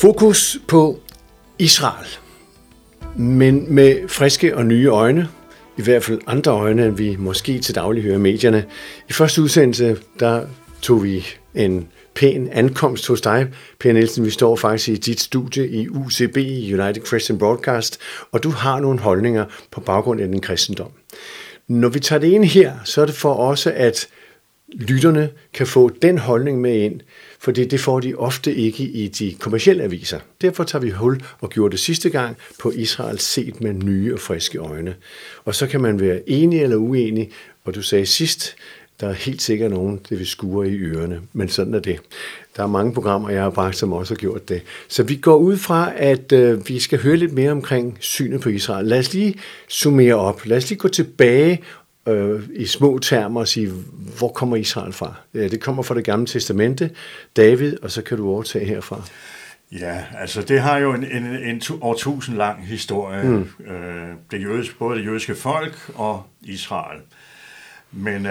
Fokus på Israel, men med friske og nye øjne, i hvert fald andre øjne, end vi måske til daglig hører i medierne. I første udsendelse, der tog vi en pæn ankomst hos dig, Per Nielsen. Vi står faktisk i dit studie i UCB, United Christian Broadcast, og du har nogle holdninger på baggrund af din kristendom. Når vi tager det ind her, så er det for også, at lytterne kan få den holdning med ind, fordi det får de ofte ikke i de kommercielle aviser. Derfor tager vi hul og gjorde det sidste gang på Israel set med nye og friske øjne. Og så kan man være enig eller uenig, og du sagde sidst, der er helt sikkert nogen, det vil skure i ørerne, men sådan er det. Der er mange programmer, jeg har bragt, som også har gjort det. Så vi går ud fra, at vi skal høre lidt mere omkring synet på Israel. Lad os lige summere op. Lad os lige gå tilbage i små termer og sige, hvor kommer Israel fra? Det kommer fra Det Gamle Testamente, David, og så kan du overtage herfra. Ja, altså det har jo en årtusind lang historie. Både det jødiske folk og Israel. Men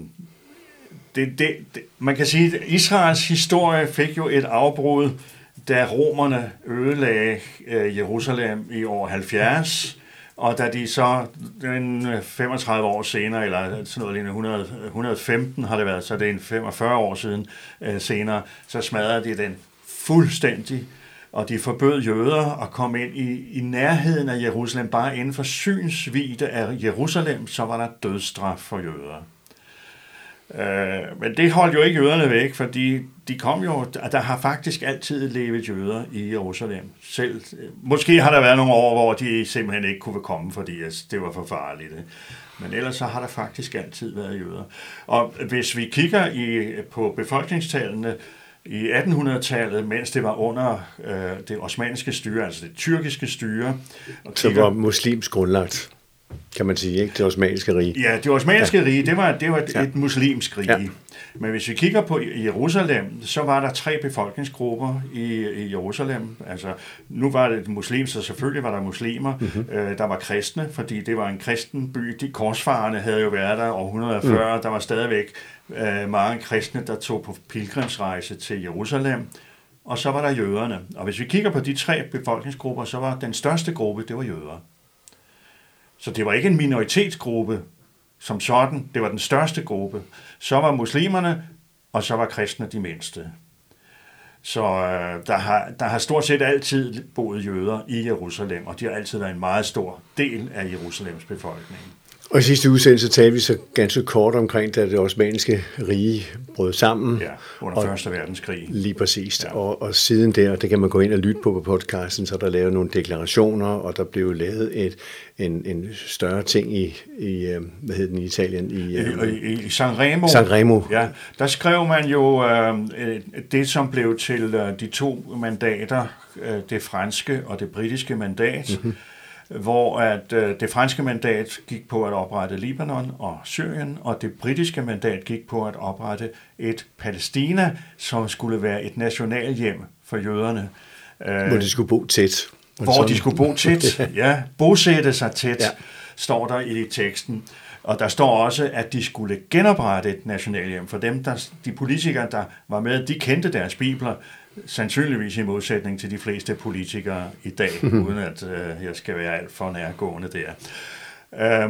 man kan sige, at Israels historie fik jo et afbrud, da romerne ødelagde Jerusalem i år 70, og da de så 35 år senere, eller sådan noget 115 har det været, så det er 45 år siden senere, så smadrede de den fuldstændig, og de forbød jøder at komme ind i nærheden af Jerusalem. Bare inden for synsvidde af Jerusalem, så var der dødsstraf for jøder. Men det holdt jo ikke jøderne væk, fordi de kom jo, der har faktisk altid levet jøder i Jerusalem. Selv, måske har der været nogle år, hvor de simpelthen ikke kunne komme, fordi det var for farligt. Men ellers så har der faktisk altid været jøder. Og hvis vi kigger på befolkningstallene i 1800-tallet, mens det var under det osmanniske styre, altså det tyrkiske styre. Så var muslimsk grundlagt, kan man sige, ikke? Det osmanniske rige. Ja, det osmanniske rige, det var et muslimsk rige. Ja. Men hvis vi kigger på Jerusalem, så var der 3 befolkningsgrupper i Jerusalem. Altså, nu var det muslimer, så selvfølgelig var der muslimer. Der var kristne, fordi det var en kristen by. De korsfarerne havde jo været der århundreder før. Der var stadigvæk mange kristne, der tog på pilgrimsrejse til Jerusalem. Og så var der jøderne. Og hvis vi kigger på de 3 befolkningsgrupper, så var den største gruppe, det var jøder. Så det var ikke en minoritetsgruppe som sådan, det var den største gruppe. Så var muslimerne, og så var kristne de mindste. Så der har stort set altid boet jøder i Jerusalem, og de har altid været en meget stor del af Jerusalems befolkning. Og i sidste udsendelse talte vi så ganske kort omkring, da det osmanniske rige brød sammen. Ja, under Første Verdenskrig. Lige præcis. Ja. Og siden der, det kan man gå ind og lytte på podcasten, så der lavet nogle deklarationer, og der blev lavet en større ting i hvad hed den i Italien? I Sanremo. Sanremo. Ja, der skrev man jo det, som blev til de 2 mandater, det franske og det britiske mandat, hvor at det franske mandat gik på at oprette Libanon og Syrien, og det britiske mandat gik på at oprette et Palæstina, som skulle være et nationalhjem for jøderne. Hvor de skulle bo tæt. De skulle bo tæt, ja. Bosætte sig tæt, står der i teksten. Og der står også, at de skulle genoprette et nationalhjem. For dem, de politikere, der var med, de kendte deres bibler, sandsynligvis i modsætning til de fleste politikere i dag, uden at jeg skal være alt for nærgående der.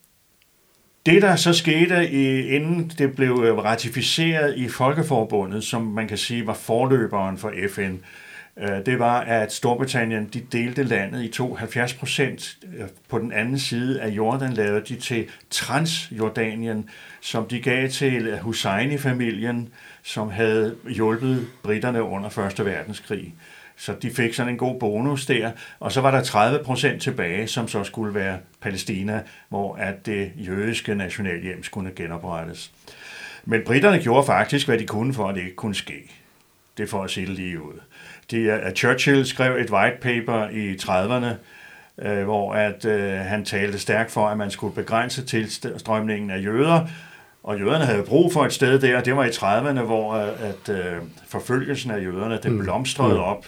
Det, der så skete, inden det blev ratificeret i Folkeforbundet, som man kan sige var forløberen for FN, det var, at Storbritannien de delte landet i 70%. På den anden side af Jordan lavede de til Transjordanien, som de gav til Husseini-familien, som havde hjulpet britterne under 1. verdenskrig. Så de fik sådan en god bonus der. Og så var der 30% tilbage, som så skulle være Palæstina, hvor at det jødiske nationalhjem skulle genoprettes. Men britterne gjorde faktisk, hvad de kunne for, at det ikke kunne ske. Det får at sige det lige ud. Churchill skrev et white paper i 30'erne, hvor at han talte stærkt for, at man skulle begrænse tilstrømningen af jøder, og jøderne havde brug for et sted der. Det var i 30'erne, hvor at forfølgelsen af jøderne den blomstrede op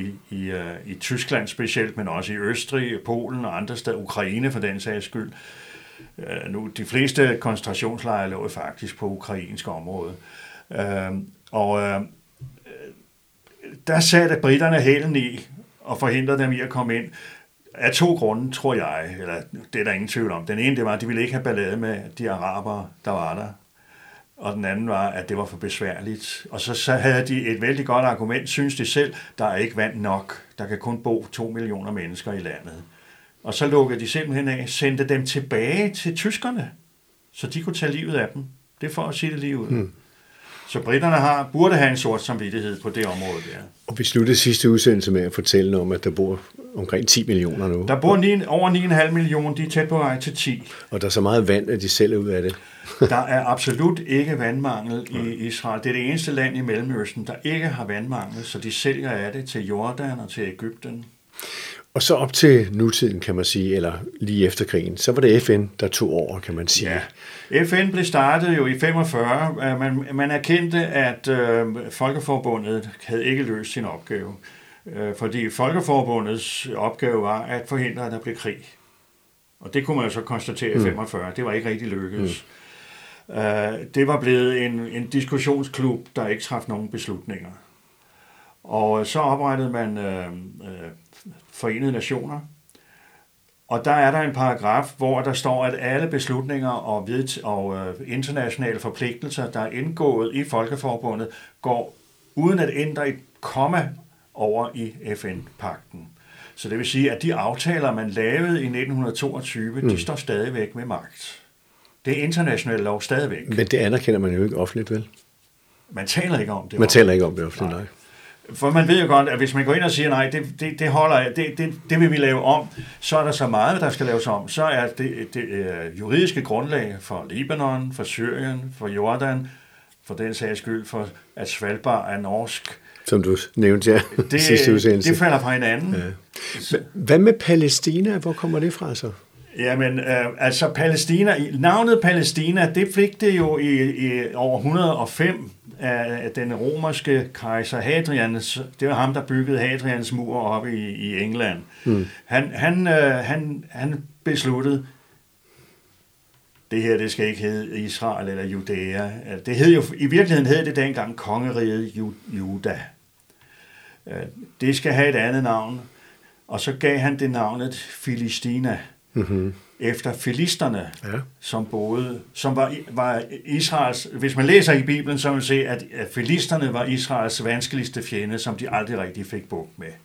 i Tyskland specielt, men også i Østrig, Polen og andre steder, Ukraine for den sags skyld. Nu de fleste koncentrationslejre lå faktisk på ukrainsk område. der satte britterne hælen i og forhindrede dem i at komme ind. Af 2 grunde, tror jeg, eller det er der ingen tvivl om. Den ene, det var, at de ville ikke have ballade med de arabere, der var der. Og den anden var, at det var for besværligt. Og så havde de et vældig godt argument, synes de selv, der er ikke vand nok. Der kan kun bo 2 millioner mennesker i landet. Og så lukkede de simpelthen af, sendte dem tilbage til tyskerne, så de kunne tage livet af dem. Det er for at sige det lige ud. Så britterne burde have en sort samvittighed på det område der. Og vi sluttede sidste udsendelse med at fortælle om, at der bor omkring 10 millioner nu. Der bor over 9,5 millioner, de er tæt på vej til 10. Og der er så meget vand, at de selv er ud af det. Der er absolut ikke vandmangel i Israel. Det er det eneste land i Mellemøsten, der ikke har vandmangel, så de sælger af det til Jordan og til Egypten. Og så op til nutiden, kan man sige, eller lige efter krigen, så var det FN, der tog over, kan man sige. Ja, FN blev startet jo i 45. Man erkendte, at Folkeforbundet havde ikke løst sin opgave. Fordi Folkeforbundets opgave var at forhindre, at der blev krig. Og det kunne man jo så konstatere i 45. Det var ikke rigtig lykkedes. Det var blevet en diskussionsklub, der ikke traf nogen beslutninger. Og så oprettede man Forenede Nationer. Og der er der en paragraf, hvor der står, at alle beslutninger og internationale forpligtelser, der er indgået i Folkeforbundet, går uden at ændre et komma over i FN-pakten. Så det vil sige, at de aftaler, man lavede i 1922, de står stadigvæk med magt. Det er international lov stadigvæk. Men det anerkender man jo ikke offentligt, vel? Man taler ikke om det. Man taler ikke om det offentligt, nej. For man ved jo godt, at hvis man går ind og siger, nej, det holder, det vil vi lave om, så er der så meget, der skal laves om. Så er det juridiske grundlag for Libanon, for Syrien, for Jordan, for den sags skyld, for at Svalbard er norsk. Som du nævnte, ja. Sidste udsendelse. Det falder fra hinanden. Ja. Hvad med Palæstina? Hvor kommer det fra så? Jamen, altså Palæstina, navnet Palæstina, det fik det jo i år 105 af den romerske kejser Hadrian. Det var ham, der byggede Hadrians mur oppe i England. Han besluttede, det her, det skal ikke hedde Israel eller Judæa. Det hed jo, i virkeligheden hed det dengang kongeriget Juda. Det skal have et andet navn. Og så gav han det navnet Filistina. Efter filisterne, som var Israels, hvis man læser i Bibelen, så vil man se, at filisterne var Israels vanskeligste fjende, som de aldrig rigtig fik bugt med.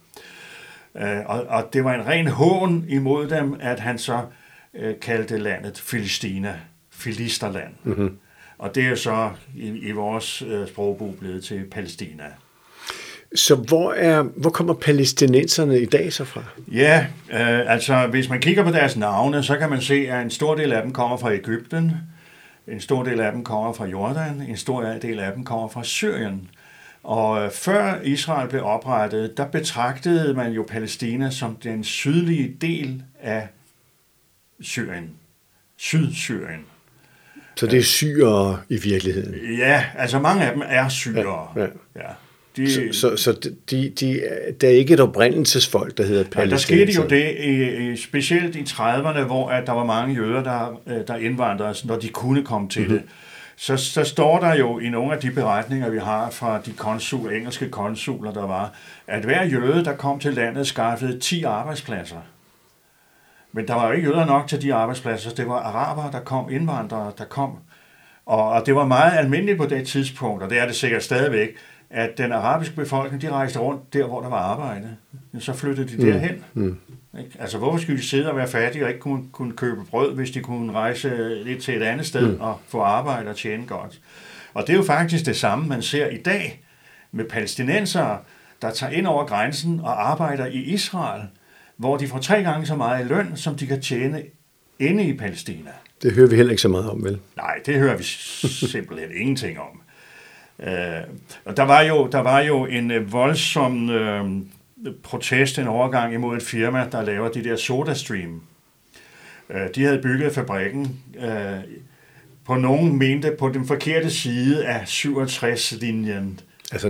Og det var en ren hån imod dem, at han så kaldte landet Filistina, Filisterland. Og det er så i vores sprogbrug blevet til Palæstina. Så hvor kommer palæstinenserne i dag så fra? Ja, altså hvis man kigger på deres navne, så kan man se, at en stor del af dem kommer fra Egypten, en stor del af dem kommer fra Jordan, en stor del af dem kommer fra Syrien. Og før Israel blev oprettet, der betragtede man jo Palæstina som den sydlige del af Syrien, Sydsyrien. Så det er syrere i virkeligheden? Ja, altså mange af dem er syrere. Ja. Så der er ikke et oprindelsesfolk, der hedder palæstinenser? Der skete jo det, specielt i 30'erne, hvor at der var mange jøder, der indvandrede, når de kunne komme til det. Så står der jo i nogle af de beretninger, vi har fra de engelske konsuler, der var, at hver jøde, der kom til landet, skaffede 10 arbejdspladser. Men der var jo ikke jøder nok til de arbejdspladser. Det var arabere, der kom, indvandrere, der kom. Og det var meget almindeligt på det tidspunkt, og det er det sikkert stadigvæk, at den arabiske befolkning, de rejste rundt der, hvor der var arbejde. Så flyttede de derhen. Altså, hvorfor skulle de sidde og være fattige og ikke kunne købe brød, hvis de kunne rejse lidt til et andet sted og få arbejde og tjene godt? Og det er jo faktisk det samme, man ser i dag med palæstinensere, der tager ind over grænsen og arbejder i Israel, hvor de får 3 gange så meget i løn, som de kan tjene inde i Palæstina. Det hører vi heller ikke så meget om, vel? Nej, det hører vi simpelthen ingenting om. Og der var jo en voldsom protest en overgang imod et firma, der laver de der SodaStream. De havde bygget fabrikken på nogen mente på den forkerte side af 67-linjen. Altså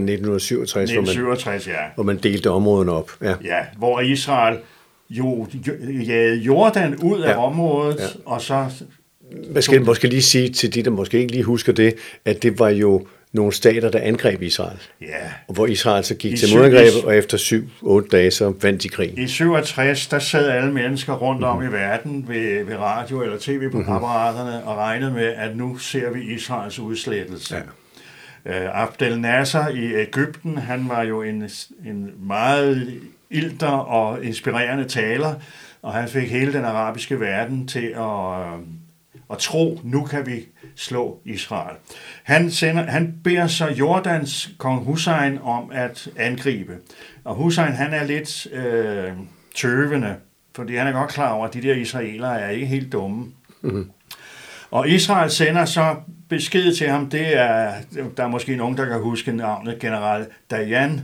1967, ja. Hvor man delte områden op. Ja, hvor Israel jo jagede Jordan ud af området, og så... Man skal måske lige sige til de, der måske ikke lige husker det, at det var jo nogle stater, der angreb Israel. Ja. Og hvor Israel så gik til modangreb, og efter 7-8 dage, så vandt de krig. I 67, der sad alle mennesker rundt om i verden ved radio- eller tv-apparaterne og regnede med, at nu ser vi Israels udslettelse. Ja. Abdel Nasser i Egypten, han var jo en meget ilter og inspirerende taler, og han fik hele den arabiske verden til at tro, nu kan vi slå Israel. Han beder så Jordans kong Hussein om at angribe. Og Hussein, han er lidt tøvende, fordi han er godt klar over, at de der israelere er ikke helt dumme. Mm-hmm. Og Israel sender så besked til ham, der er måske nogen, der kan huske navnet general Dayan,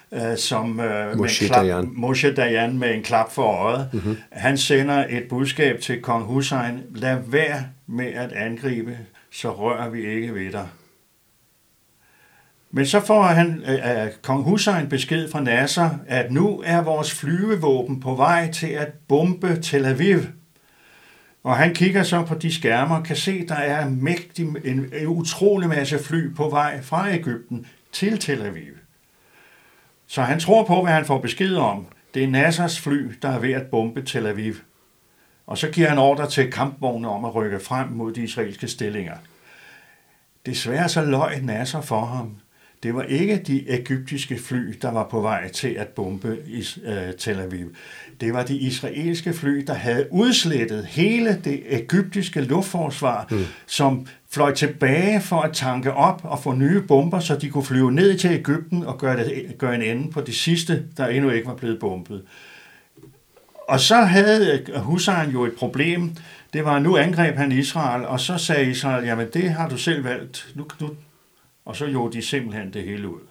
Moshe Dayan med en klap for øjet. Mm-hmm. Han sender et budskab til kong Hussein: lad være med at angribe, så rører vi ikke ved dig. Men så får kong Hussein besked fra Nasser, at nu er vores flyvevåben på vej til at bombe Tel Aviv. Og han kigger så på de skærmer og kan se, at der er en utrolig masse fly på vej fra Egypten til Tel Aviv. Så han tror på, hvad han får besked om. Det er Nassers fly, der er ved at bombe Tel Aviv. Og så giver han ordre til kampvogne om at rykke frem mod de israelske stillinger. Desværre så løj Nasser for ham. Det var ikke de egyptiske fly, der var på vej til at bombe Tel Aviv. Det var de israelske fly, der havde udslettet hele det egyptiske luftforsvar, som fløj tilbage for at tanke op og få nye bomber, så de kunne flyve ned til Egypten og gøre en ende på de sidste, der endnu ikke var blevet bombet. Og så havde Hussein jo et problem. Det var, nu angreb han Israel, og så sagde Israel, jamen det har du selv valgt. Og så gjorde de simpelthen det hele ud.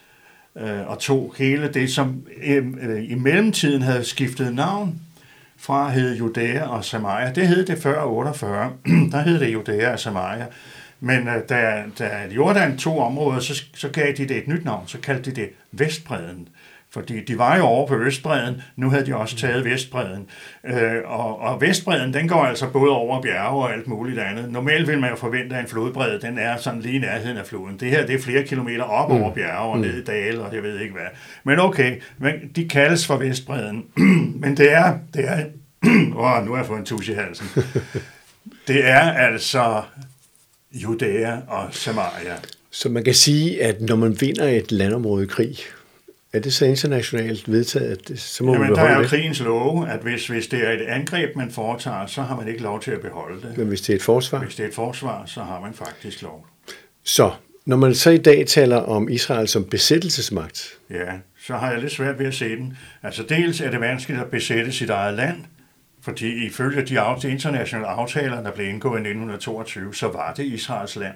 Og tog hele det, som i mellemtiden havde skiftet navn fra at hedde Judæa og Samaria. Det hed det før 48. Der hed det Judæa og Samaria. Men da Jordan tog områder, så gav de det et nyt navn. Så kaldte de det Vestbredden. Fordi de var jo over på Østbredden, nu havde de også taget Vestbredden. Og Vestbredden, den går altså både over bjerge og alt muligt andet. Normalt vil man jo forvente, at en flodbredde, den er sådan lige i nærheden af floden. Det her, det er flere kilometer op over bjerge og ned i dale, og jeg ved ikke hvad. Men okay, de kaldes for Vestbredden. Men det er nu har jeg fået en tus i halsen. Det er altså Judæa og Samaria. Så man kan sige, at når man vinder et landområde i krig, er det så internationalt vedtaget? Så må jamen, der er jo krigens love, at hvis det er et angreb, man foretager, så har man ikke lov til at beholde det. Men hvis det er et forsvar? Hvis det er et forsvar, så har man faktisk lov. Så, når man så i dag taler om Israel som besættelsesmagt? Ja, så har jeg lidt svært ved at se den. Altså dels er det vanskeligt at besætte sit eget land, fordi ifølge de internationale aftaler, der blev indgået i 1922, så var det Israels land.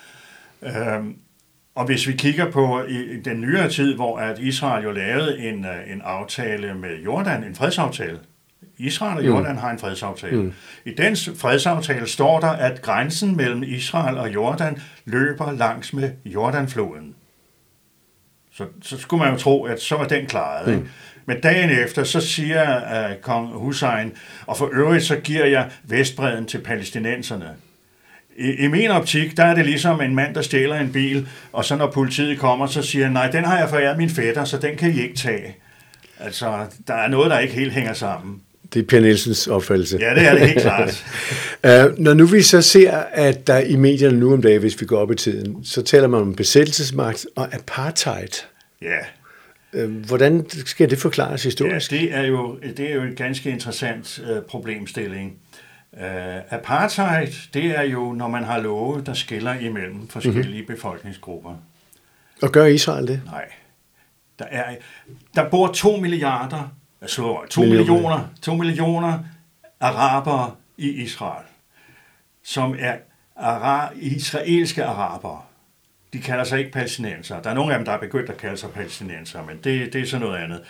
Og hvis vi kigger på i den nyere tid, hvor at Israel jo lavede en aftale med Jordan, en fredsaftale. Israel og Jordan har en fredsaftale. I den fredsaftale står der, at grænsen mellem Israel og Jordan løber langs med Jordanfloden. Så skulle man jo tro, at så var den klaret. Ikke? Men dagen efter, så siger kong Hussein, og for øvrigt så giver jeg Vestbredden til palæstinenserne. I min optik, der er det ligesom en mand, der stjæler en bil, og så når politiet kommer, så siger han, nej, den har jeg foræret min fætter, så den kan I ikke tage. Altså, der er noget, der ikke helt hænger sammen. Det er Per Nielsens opfattelse. Ja, det er det helt klart. Når nu vi så ser, at der i medierne nu om dagen, hvis vi går op i tiden, så taler man om besættelsesmagt og apartheid. Ja. Hvordan skal det forklares historisk? Ja, det er jo en ganske interessant problemstilling. Apartheid, det er jo, når man har love, der skiller imellem forskellige befolkningsgrupper. Og gør Israel det? Nej. Der bor 2 millioner arabere i Israel, som er israelske arabere. De kalder sig ikke palæstinenser. Der er nogle af dem, der er begyndt at kalde sig palæstinenser, men det er sådan noget andet.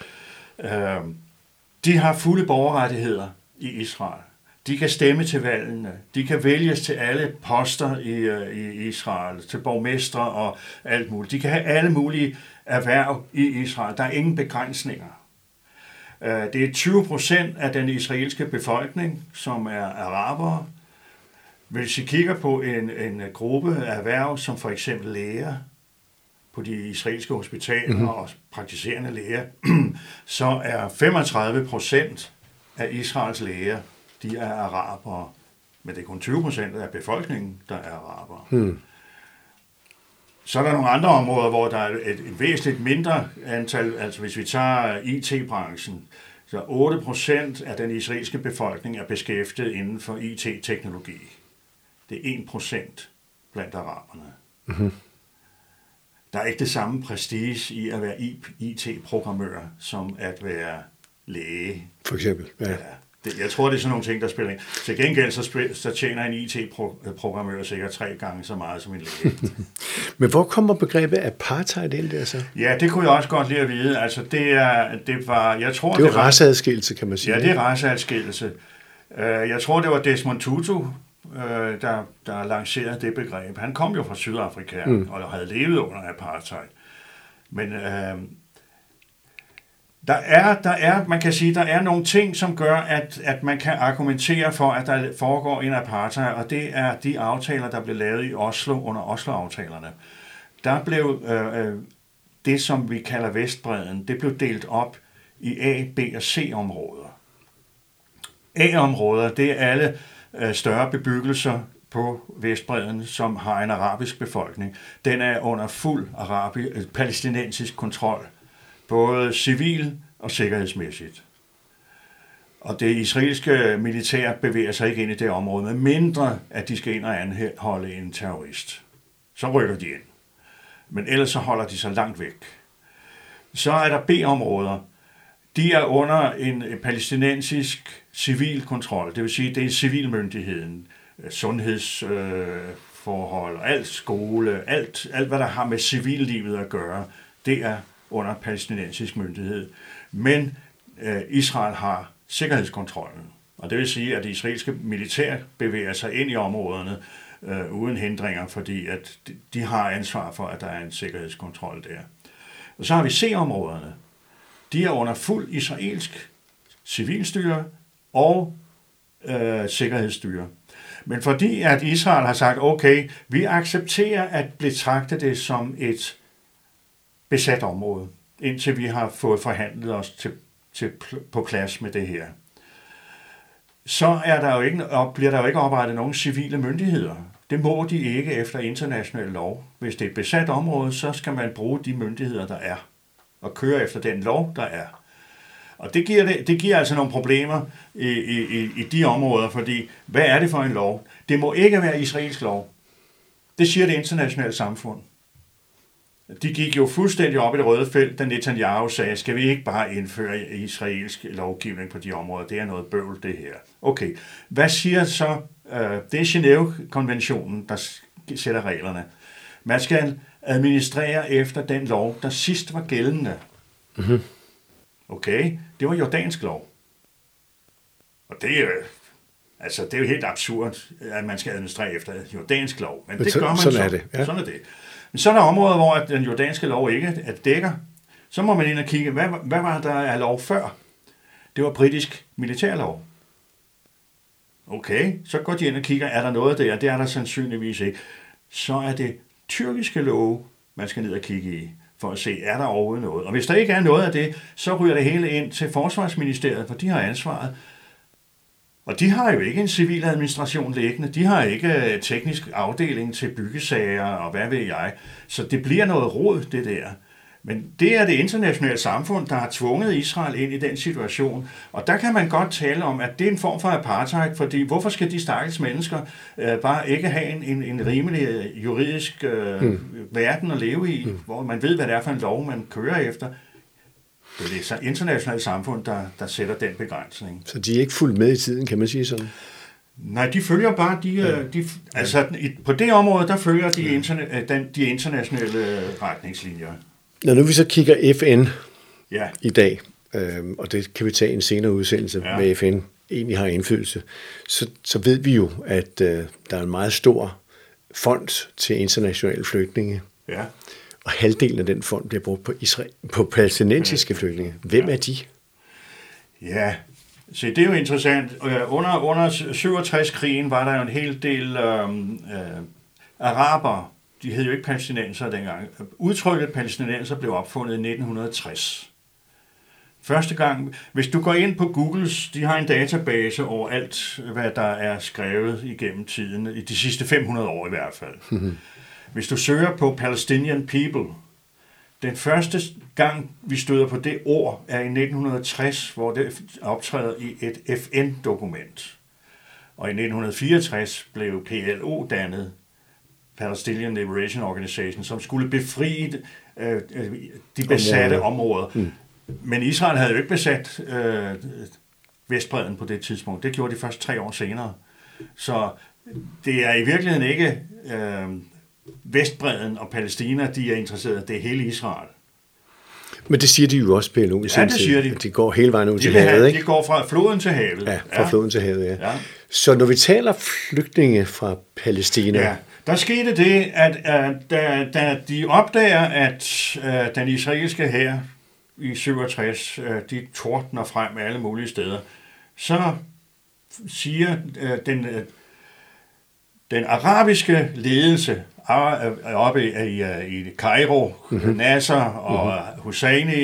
De har fulde borgerrettigheder i Israel. De kan stemme til valgene. De kan vælges til alle poster i Israel, til borgmestre og alt muligt. De kan have alle mulige erhverv i Israel. Der er ingen begrænsninger. Det er 20% af den israelske befolkning, som er arabere. Hvis I kigger på en gruppe af erhverv, som for eksempel læger på de israelske hospitaler og praktiserende læger, så er 35% af Israels læger, de er arabere, men det er kun 20% af befolkningen, der er arabere. Så er der nogle andre områder, hvor der er et væsentligt mindre antal, altså hvis vi tager IT-branchen, så 8% af den israelske befolkning er beskæftiget inden for IT-teknologi. Det er 1% blandt araberne. Mm-hmm. Der er ikke det samme prestige i at være IT-programmør, som at være læge. For eksempel, ja. Jeg tror, det er sådan nogle ting, der spiller ind. Til gengæld så tjener en IT-programmør sikkert 3 gange så meget som en læge. Men hvor kommer begrebet apartheid ind der så? Ja, det kunne jeg også godt lide at vide. Altså, det var, jeg tror, det er jo raceadskillelse, kan man sige. Ja, det er raceadskillelse. Jeg tror, det var Desmond Tutu, der lancerede det begreb. Han kom jo fra Sydafrika og havde levet under apartheid. Men man kan sige, der er nogle ting, som gør, at man kan argumentere for, at der foregår en apartheid, og det er de aftaler, der blev lavet i Oslo under Oslo-aftalerne. Der blev det, som vi kalder Vestbredden, det blev delt op i A, B og C-områder. A-områder, det er alle større bebyggelser på Vestbredden, som har en arabisk befolkning. Den er under fuld palæstinensisk kontrol, både civil og sikkerhedsmæssigt. Og det israelske militær bevæger sig ikke ind i det område, med mindre at de skal ind og anholde en terrorist. Så rykker de ind. Men ellers så holder de sig langt væk. Så er der B-områder. De er under en palæstinensisk civil kontrol, det vil sige, det er civilmyndigheden, sundhedsforhold, alt skole, alt hvad der har med civillivet at gøre, det er under palæstinensisk myndighed. Men Israel har sikkerhedskontrollen, og det vil sige, at det israelske militær bevæger sig ind i områderne uden hindringer, fordi at de har ansvar for, at der er en sikkerhedskontrol der. Og så har vi C-områderne. De er under fuld israelsk civilstyre og sikkerhedsstyre. Men fordi at Israel har sagt, okay, vi accepterer at betragte det som et besat område, indtil vi har fået forhandlet os på plads med det her, så bliver der jo ikke oprettet nogen civile myndigheder. Det må de ikke efter international lov. Hvis det er et besat område, så skal man bruge de myndigheder, der er, og køre efter den lov, der er. Og det giver altså nogle problemer i de områder, fordi hvad er det for en lov? Det må ikke være israelsk lov. Det siger det internationale samfund. De gik jo fuldstændig op i det røde felt, da Netanyahu sagde, skal vi ikke bare indføre israelsk lovgivning på de områder? Det er noget bøvl, det her. Okay, hvad siger så? Det er Genève-konventionen, der sætter reglerne. Man skal administrere efter den lov, der sidst var gældende. Mm-hmm. Okay, det var jordansk lov. Og det er jo helt absurd, at man skal administrere efter jordansk lov. Men det gør man sådan. Er det. Ja. Sådan er det. Men så er der områder, hvor den jordanske lov ikke er dækker. Så må man ind og kigge, hvad var der af lov før? Det var britisk militærlov. Okay, så går de ind og kigger, er der noget der? Det er der sandsynligvis ikke. Så er det tyrkiske love, man skal ned og kigge i, for at se, er der overhovedet noget? Og hvis der ikke er noget af det, så ryger det hele ind til Forsvarsministeriet, for de har ansvaret. Og de har jo ikke en civil administration liggende, de har ikke teknisk afdeling til byggesager og hvad ved jeg. Så det bliver noget rod, det der. Men det er det internationale samfund, der har tvunget Israel ind i den situation. Og der kan man godt tale om, at det er en form for apartheid, fordi hvorfor skal de stakkels mennesker bare ikke have en rimelig juridisk verden at leve i, hvor man ved, hvad det er for en lov, man kører efter. Det er det internationale samfund, der sætter den begrænsning. Så de er ikke fuldt med i tiden, kan man sige sådan? Nej, de følger bare på det område, der følger de internationale retningslinjer. Når nu vi så kigger FN i dag, og det kan vi tage en senere udsendelse med FN, egentlig har indflydelse, så ved vi jo, at der er en meget stor fond til internationale flygtninge. Ja. Og halvdelen af den fond bliver brugt på palæstinensiske flygtninge. Hvem er de? Ja, Så det er jo interessant. Under 67-krigen var der jo en hel del araber. De hed jo ikke palæstinenser dengang. Udtrykket palæstinenser blev opfundet i 1960. Første gang, hvis du går ind på Googles, de har en database over alt, hvad der er skrevet igennem tiden, i de sidste 500 år i hvert fald. Hvis du søger på Palestinian People, den første gang, vi støder på det ord, er i 1960, hvor det optræder i et FN-dokument. Og i 1964 blev PLO dannet, Palestinian Liberation Organization, som skulle befri de besatte områder. Men Israel havde jo ikke besat Vestbredden på det tidspunkt. Det gjorde de først 3 år senere. Så det er i virkeligheden ikke Vestbredden og Palæstina, de er interesserede. Det er hele Israel. Men det siger de jo også, PLO. Ja, det siger de. De går hele vejen ud til havet, ikke? De går fra floden til havet. Ja, fra floden til havet, ja. Så når vi taler flygtninge fra Palæstina... Ja, der skete det, at da de opdager, at den israelske hær i 67, de tordner frem alle mulige steder, så siger den arabiske ledelse oppe i Kairo, Nasser og Husseini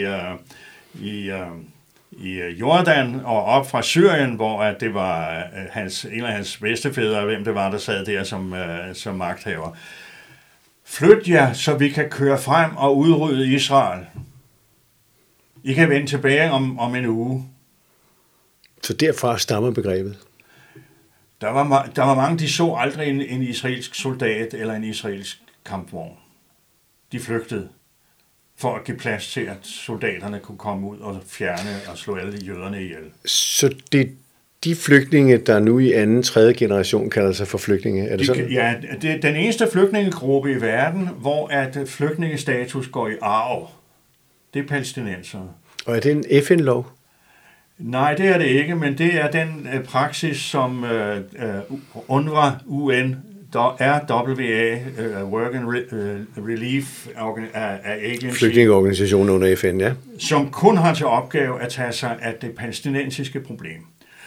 i Jordan, og op fra Syrien, hvor det var en af hans bedstefædre, hvem det var, der sad der som magthaver. Flyt jer, så vi kan køre frem og udrydde Israel. I kan vende tilbage om en uge. Så derfra stammer begrebet? Der var mange, de så aldrig en israelsk soldat eller en israelsk kampvogn. De flygtede for at give plads til, at soldaterne kunne komme ud og fjerne og slå alle jøderne ihjel. Så det er de flygtninge, der nu i anden, tredje generation kalder sig for flygtninge? Er det sådan? Ja, det er den eneste flygtningegruppe i verden, hvor at flygtningestatus går i arv. Det er palæstinensere. Og er det en FN-lov? Nej, det er det ikke, men det er den praksis, som UNRWA, UN, RWA, Work and Relief Agency, flygtningeorganisationen under FN, ja, som kun har til opgave at tage sig af det palæstinensiske problem.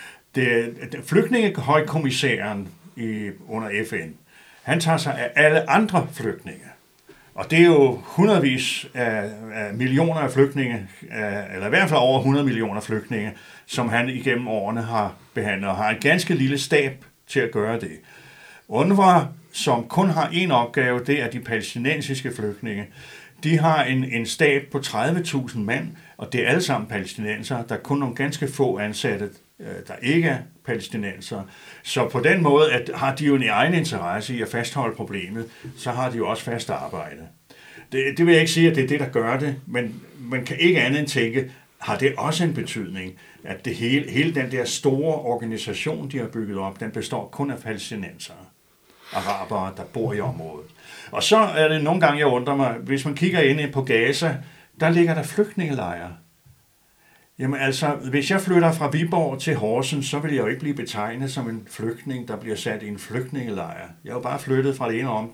Flygtningehøjkommissæren under FN, han tager sig af alle andre flygtninge. Og det er jo hundredvis af millioner af flygtninge, eller i hvert fald over 100 millioner flygtninge, som han igennem årene har behandlet, og har en ganske lille stab til at gøre det. UNRWA, som kun har én opgave, det er de palæstinensiske flygtninge. De har en stab på 30.000 mand, og det er alle sammen palæstinensere. Der er kun nogle ganske få ansatte, der ikke er palæstinensere. Så på den måde har de jo en egen interesse i at fastholde problemet, så har de jo også fast arbejde. Det vil jeg ikke sige, at det er det, der gør det, men man kan ikke andet end tænke, har det også en betydning, at det hele den der store organisation, de har bygget op, den består kun af palæstinensere, arabere, der bor i området. Og så er det nogle gange, jeg undrer mig, hvis man kigger ind på Gaza, der ligger der flygtningelejre. Jamen altså, hvis jeg flytter fra Viborg til Horsens, så vil jeg jo ikke blive betegnet som en flygtning, der bliver sat i en flygtningelejr. Jeg er jo bare flyttet fra det ene om,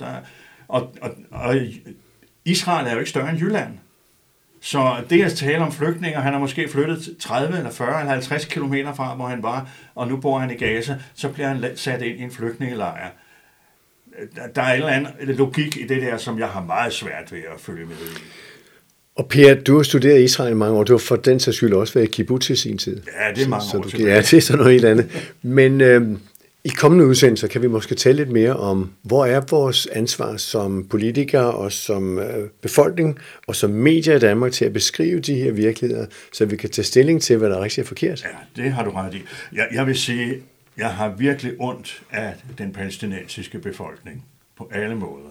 og Israel er jo ikke større end Jylland. Så det at tale om flygtninger, han har måske flyttet 30 eller 40 eller 50 kilometer fra, hvor han var, og nu bor han i Gaza, så bliver han sat ind i en flygtningelejr. Der er en eller anden logik i det der, som jeg har meget svært ved at følge med i. Og Per, du har studeret i Israel i mange år. Du har for den sags skyld også været i kibbutz i sin tid. Ja, det er mange år tilbage. Ja, det er sådan noget helt andet. Men i kommende udsendelser kan vi måske tale lidt mere om, hvor er vores ansvar som politikere og som befolkning og som medier i Danmark til at beskrive de her virkeligheder, så vi kan tage stilling til, hvad der er rigtigt og forkert. Ja, det har du ret i. Jeg vil sige, jeg har virkelig ondt af den palæstinensiske befolkning på alle måder.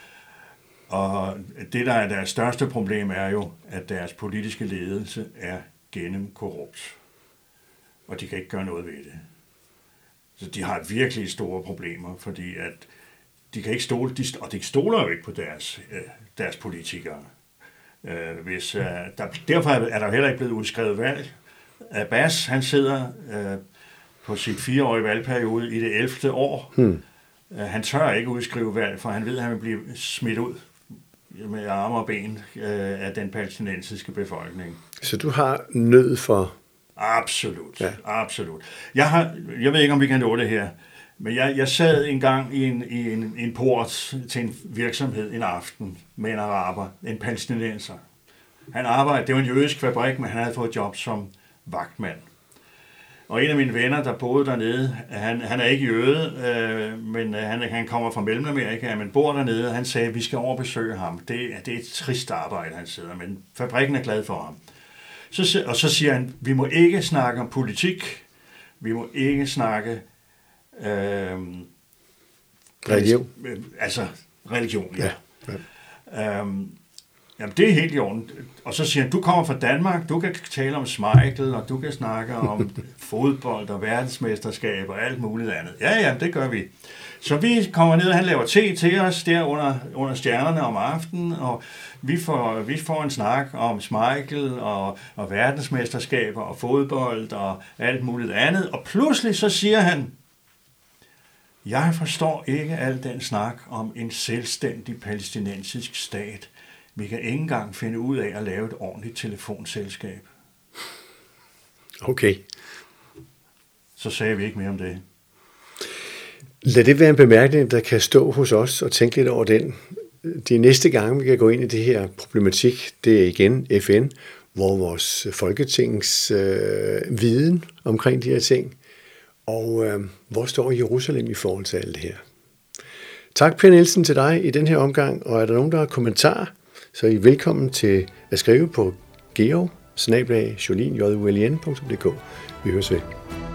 Og det, der er deres største problem, er jo, at deres politiske ledelse er gennemkorrupt. Og de kan ikke gøre noget ved det. Så de har virkelig store problemer, fordi at de kan ikke stole, og de stoler jo ikke på deres politikere. Derfor er der heller ikke blevet udskrevet valg. Abbas, han sidder på sit 4-årige valgperiode i det 11. år. Han tør ikke udskrive valg, for han ved, at han vil blive smidt ud med arme og ben af den palæstinensiske befolkning. Så du har nød for Absolut, ja. Absolut. Jeg ved ikke, om vi kan nå det her, men jeg sad engang i en port til en virksomhed en aften med en araber, en palæstinenser. Han arbejdede, det var en jødisk fabrik, men han havde fået job som vagtmand. Og en af mine venner, der boede dernede, han er ikke jøde, men han kommer fra Mellemamerika, men bor dernede, og han sagde, at vi skal overbesøge ham. Det er et trist arbejde, han sidder, men fabrikken er glad for ham. Og så siger han, vi må ikke snakke om politik, vi må ikke snakke religion. Altså religion, ja. Jamen, det er helt i orden. Og så siger han, du kommer fra Danmark, du kan tale om Schmeichel, og du kan snakke om fodbold og verdensmesterskab og alt muligt andet. Ja, det gør vi. Så vi kommer ned, og han laver te til os der under stjernerne om aftenen, og vi får en snak om Schmeichel og verdensmesterskaber og fodbold og alt muligt andet. Og pludselig så siger han, jeg forstår ikke al den snak om en selvstændig palæstinensisk stat. Vi kan ikke engang finde ud af at lave et ordentligt telefonselskab. Okay. Så sagde vi ikke mere om det. Lad det være en bemærkning, der kan stå hos os og tænke lidt over den. De næste gange, vi kan gå ind i det her problematik, det er igen FN, hvor vores Folketings viden omkring de her ting, og hvor står Jerusalem i forhold til alt det her. Tak, Per Nielsen, til dig i den her omgang, og er der nogen, der har kommentarer, så er I velkommen til at skrive på geo@jolinjuln.dk. Vi høres ved.